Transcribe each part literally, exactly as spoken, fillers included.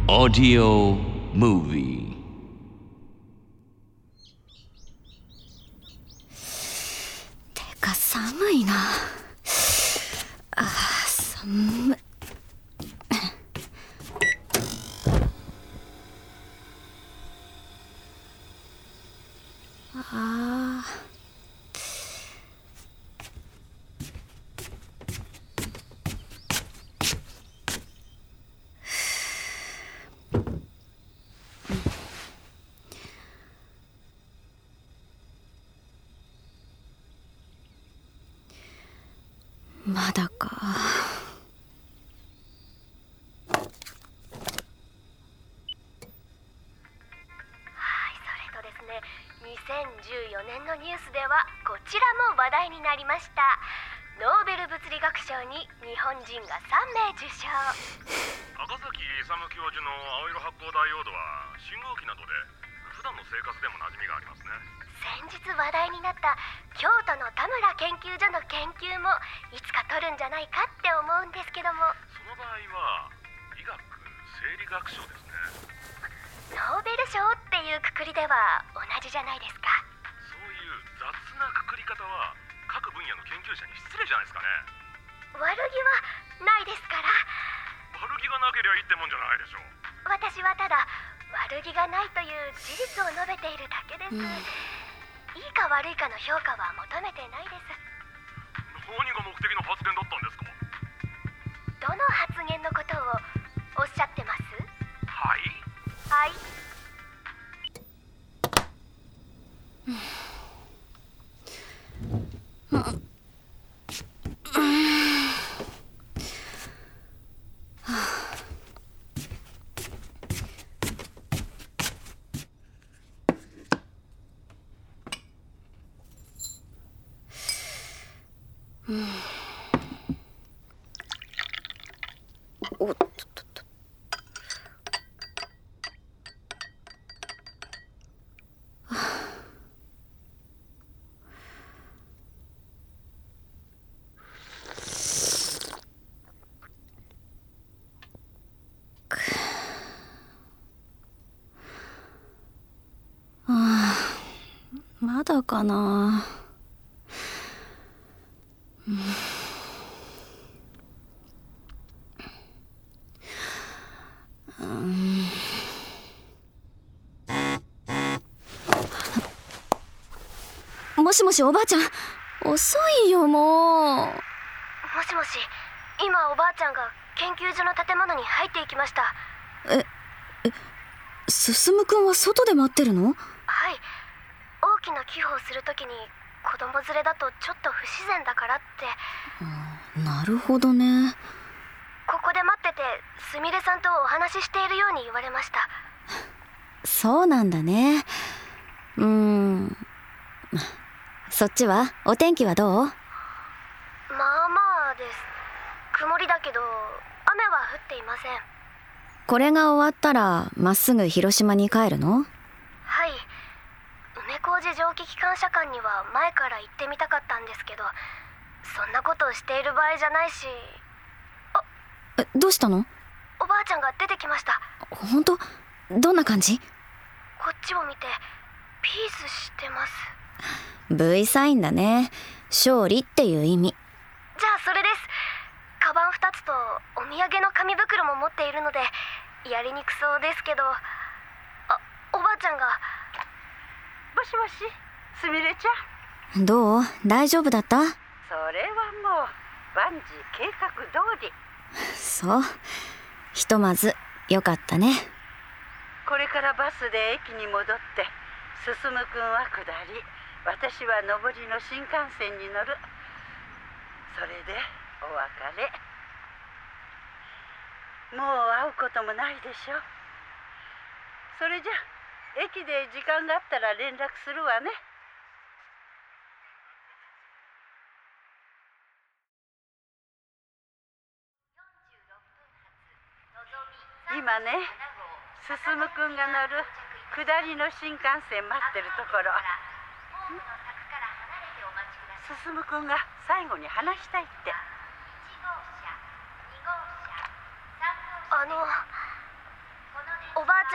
Audio Movie. てか寒いなあ。寒い。ああ。まだか。 にせんじゅうよねんのニュースではこちらも話題になりました。ノーベル物理学賞に日本人がさんめい受賞。 赤崎勇教授の青色発光ダイオードは信号機などで普段の生活でも馴染みがありますね。 先日話題になった京都の田村研究所の研究もいつか取るんじゃないかって思うんですけども。 その場合は医学生理学賞ですね。 ノーベル賞っていうくくりでは同じじゃないですか。 そういう雑なくくり方は各分野の研究者に失礼じゃないですかね。 悪気はないですから。 悪気がなければいいってもんじゃないでしょう。 私はただ悪気がないという事実を述べているだけです、うん、いいか悪いかの評価は求めてないです。 何が目的の発言だったんですか？ どの発言のことをおっしゃってます？ はいはい。 おっとっとっと。ああ、まだかな。うん、うんもしもし、おばあちゃん、遅いよもう。もしもし、今おばあちゃんが研究所の建物に入っていきました。 え、え、進くんは外で待ってるの？ はい、大きな寄付をするときに子供連れだとちょっと不自然だからって。 うん、なるほどね。 ここで待っててすみれさんとお話ししているように言われました。 そうなんだね。うーん、そっちはお天気はどう？まあまあです。曇りだけど雨は降っていません。 これが終わったらまっすぐ広島に帰るの？ はい、梅小路蒸気機関車館には前から行ってみたかったんですけど、そんなことをしている場合じゃないし。 あ、え、どうしたの？ おばあちゃんが出てきました。 ほんと？どんな感じ？ こっちを見てピースしてます。 V サインだね。勝利っていう意味。 じゃあそれです。カバンふたつとお土産の紙袋も持っているのでやりにくそうですけど。あ、おばあちゃんが。 もしもし、すみれちゃん。 どう？大丈夫だった？ それはもう万事計画通り。 そう、ひとまずよかったね。 これからバスで駅に戻って進くんは下り、私は上りの新幹線に乗る。それでお別れ。もう会うこともないでしょ。それじゃ駅で時間があったら連絡するわね。今ね、進くんが乗る下りの新幹線待ってるところ。進くんが最後に話したいって。 あの、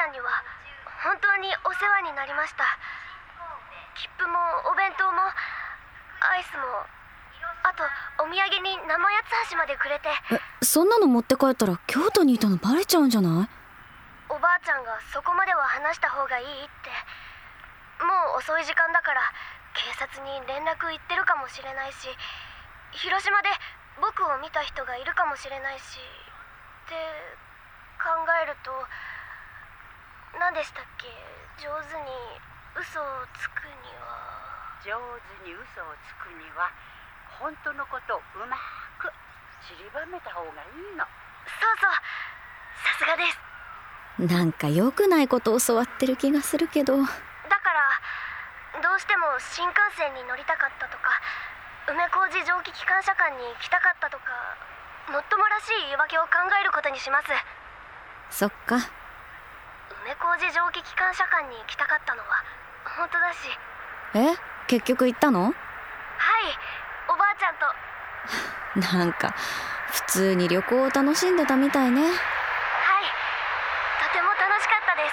ちゃんには本当にお世話になりました。切符もお弁当もアイスも、あとお土産に生八つ橋までくれて。 え、そんなの持って帰ったら京都にいたのバレちゃうんじゃない？ おばあちゃんがそこまでは話した方がいいって。もう遅い時間だから警察に連絡行ってるかもしれないし、広島で僕を見た人がいるかもしれないしって考えると、何でしたっけ、上手に嘘をつくには。 上手に嘘をつくには本当のことをうまく散りばめた方がいいの。 そうそう、さすがです。 なんか良くないこと教わってる気がするけど。 だからどうしても新幹線に乗りたかったとか、梅小路蒸気機関車館に来たかったとか、もっともらしい言い訳を考えることにします。 そっか。 梅小路蒸気機関車館に来たかったのは本当だし。 え、結局行ったの？ はい、おばあちゃんと。 なんか普通に旅行を楽しんでたみたいね。 はい、とても楽しかったです。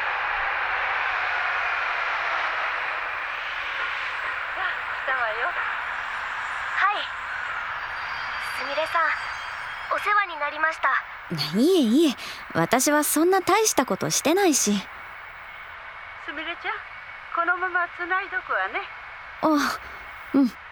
さあ、来たわよ。 はい、すみれさん、お世話になりました。 いえいえ、私はそんな大したことしてないし。 すみれちゃん、このままつないどくわね。 あ、うん。 じゃ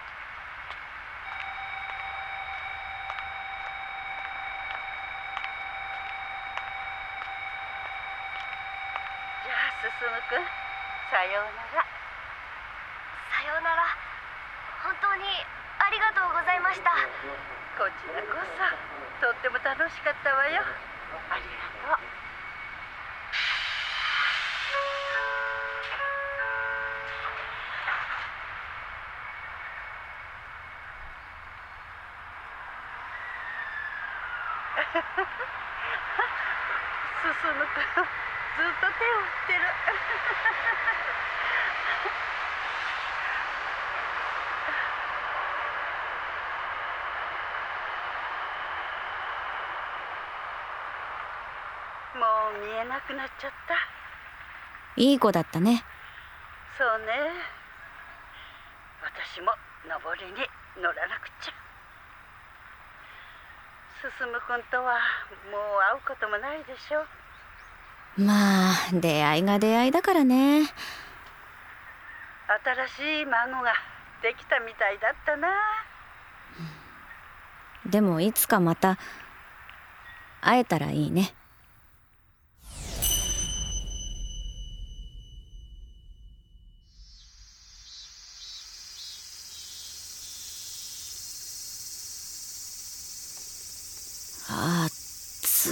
あ進くん、さようなら。 さようなら。本当にありがとうございました。 こちらこそとっても楽しかったわよ。ありがとう。進くん、ずっと手を振ってる。もう見えなくなっちゃった。 いい子だったね。 そうね。私も登りに乗らなくちゃ。進くんとはもう会うこともないでしょ。 まあ出会いが出会いだからね。 新しい孫ができたみたいだったな。 でもいつかまた会えたらいいね。あっつ。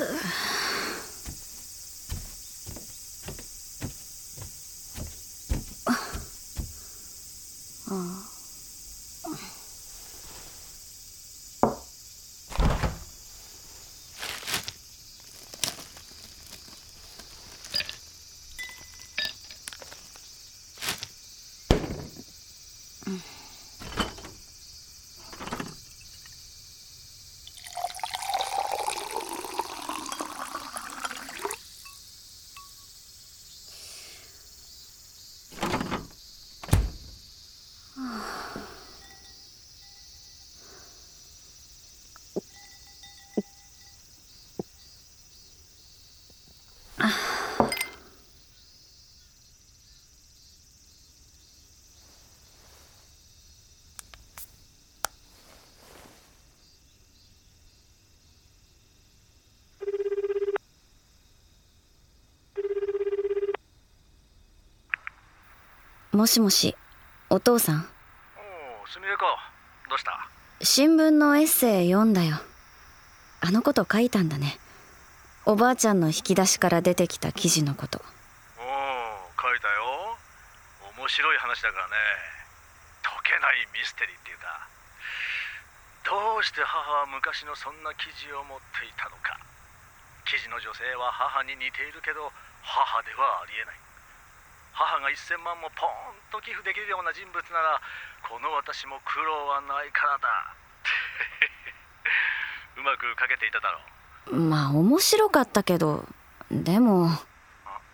もしもし、お父さん。 おお、すみれか。どうした？ 新聞のエッセイ読んだよ。あのこと書いたんだね。おばあちゃんの引き出しから出てきた記事のこと。 おお、書いたよ。面白い話だからね。解けないミステリーっていうか、どうして母は昔のそんな記事を持っていたのか。記事の女性は母に似ているけど母ではありえない。母がせんまんもポーンと寄付できるような人物なら、この私も苦労はないからだ。うまく書けていただろう。 まあ面白かったけど、でも。 あ、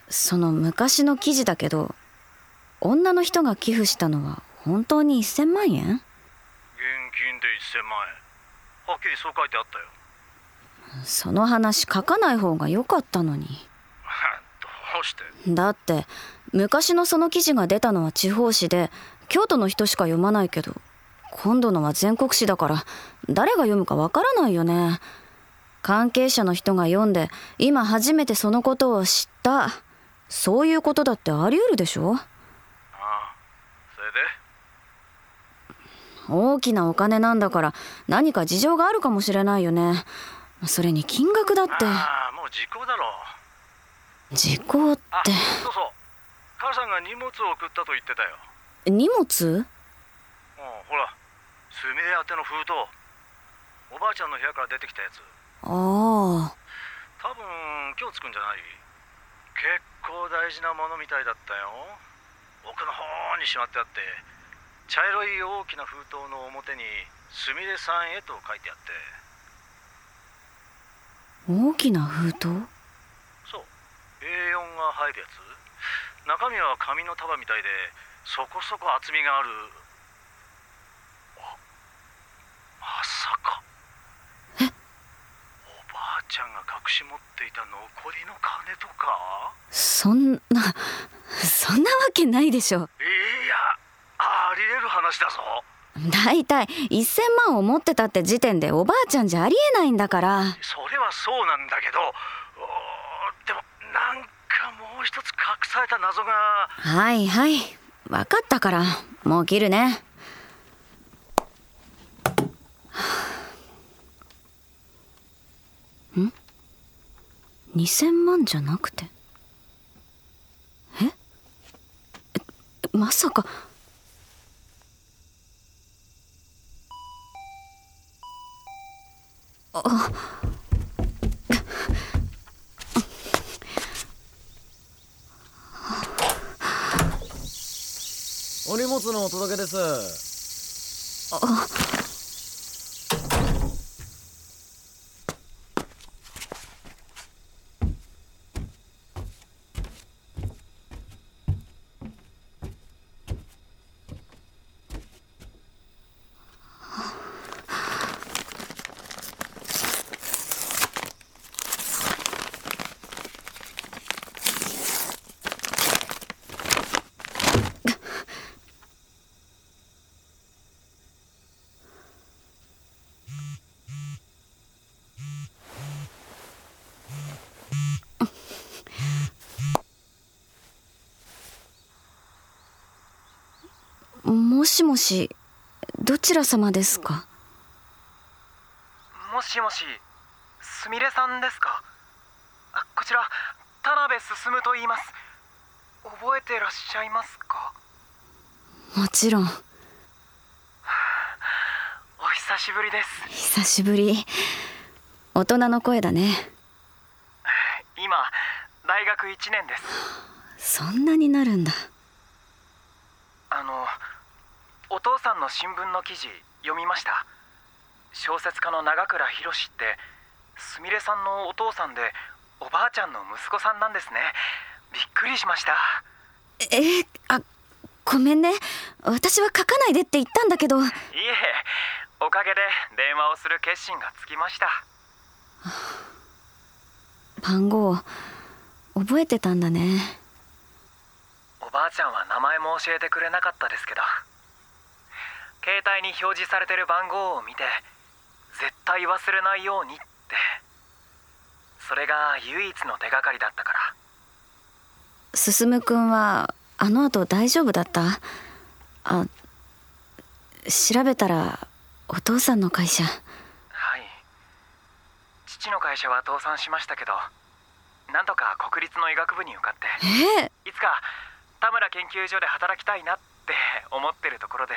その昔の記事だけど、女の人が寄付したのは本当にせんまんえん？現金でせんまんえん。はっきりそう書いてあったよ。 その話書かない方が良かったのに。 どうして？ だって昔のその記事が出たのは地方紙で、京都の人しか読まないけど、今度のは全国紙だから誰が読むかわからないよね。関係者の人が読んで今初めてそのことを知った、そういうことだってあり得るでしょ。 ああ、それで？ 大きなお金なんだから何か事情があるかもしれないよね。それに金額だって。 ああ、もう時効だろ。 時効って。 あ、そうそう、母さんが荷物を送ったと言ってたよ。 荷物？ うん、ほら、すみれ宛ての封筒、おばあちゃんの部屋から出てきたやつ。 ああ、 多分今日着くんじゃない？結構大事なものみたいだったよ。奥の方にしまってあって、茶色い大きな封筒の表にすみれさんへと書いてあって。 大きな封筒？ そう、エーよん が入るやつ。中身は紙の束みたいで、そこそこ厚みがある。あ、まさか。 え？ おばあちゃんが隠し持っていた残りの金とか？ そんなそんなわけないでしょ。 いや、あり得る話だぞ。 だいたいせんまんを持ってたって時点でおばあちゃんじゃありえないんだから。 それはそうなんだけど、でもなんかもう一つ隠された謎が。 はいはい、分かったからもう切るね。ん？にせんまんじゃなくて？え？え、まさか。あ、 お荷物のお届けです。 あ、もしもし、どちら様ですか？ もしもし、すみれさんですか？あ、こちら田辺進と言います。覚えてらっしゃいますか？ もちろん。 お久しぶりです。 久しぶり。大人の声だね。 今大学いちねんです。 そんなになるんだ。 あのお父さんの新聞の記事読みました。小説家の永倉博ってすみれさんのお父さんでおばあちゃんの息子さんなんですね。びっくりしました。 えー、あ、ごめんね。私は書かないでって言ったんだけど。いえ、 おかげで電話をする決心がつきました。 番号覚えてたんだね。 おばあちゃんは名前も教えてくれなかったですけど、携帯に表示されてる番号を見て絶対忘れないようにって、それが唯一の手がかりだったから。 進くんはあの後大丈夫だった？あ、調べたらお父さんの会社。 はい、父の会社は倒産しましたけど、なんとか国立の医学部に受かって、 えー、 いつか田村研究所で働きたいなって思ってるところです。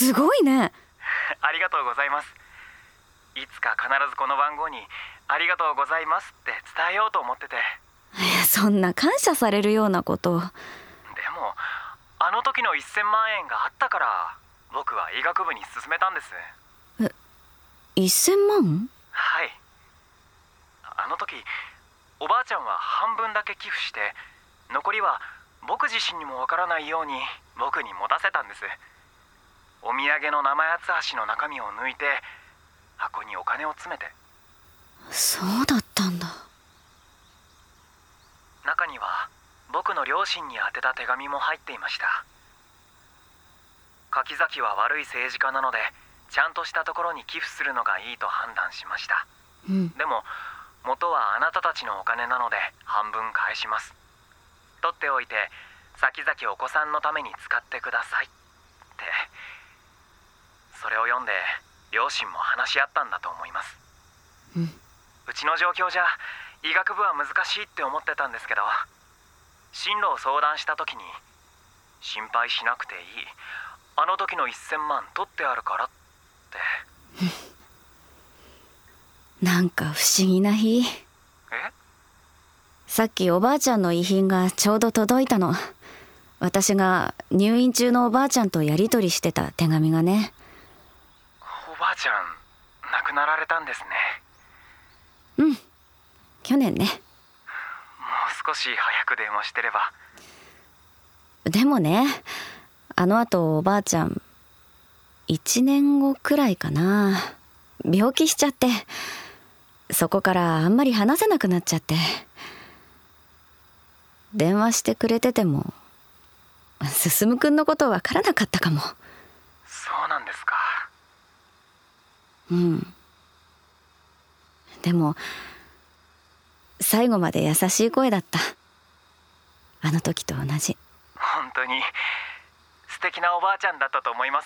すごいね。 ありがとうございます。いつか必ずこの番号にありがとうございますって伝えようと思ってて。 いや、そんな感謝されるようなこと。でもあの時のせんまんえんがあったから僕は医学部に進めたんです。 え、せんまん？ はい。あの時おばあちゃんは半分だけ寄付して、残りは僕自身にもわからないように僕に持たせたんです。お土産の生八つ橋の中身を抜いて箱にお金を詰めて。 そうだったんだ。 中には僕の両親に宛てた手紙も入っていました。柿崎は悪い政治家なのでちゃんとしたところに寄付するのがいいと判断しました。 うん。 でも元はあなたたちのお金なので半分返します。取っておいて先々お子さんのために使ってくださいって。それを読んで両親も話し合ったんだと思います。 うん。 うちの状況じゃ医学部は難しいって思ってたんですけど、進路を相談した時に心配しなくていい、あの時のせんまん取ってあるからって。 なんか不思議な日。 え？ さっきおばあちゃんの遺品がちょうど届いたの。私が入院中のおばあちゃんとやり取りしてた手紙がね。 おばあちゃん亡くなられたんですね。 うん、去年ね。 もう少し早く電話してれば。 でもね、あのあとおばあちゃんいちねんごくらいかな、病気しちゃって、そこからあんまり話せなくなっちゃって。電話してくれてても進くんのことわからなかったかも。 そうなんですか。 うん。でも最後まで優しい声だった。あの時と同じ。 本当に素敵なおばあちゃんだったと思います。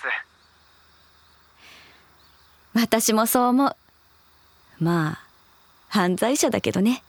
私もそう思う。まあ犯罪者だけどね。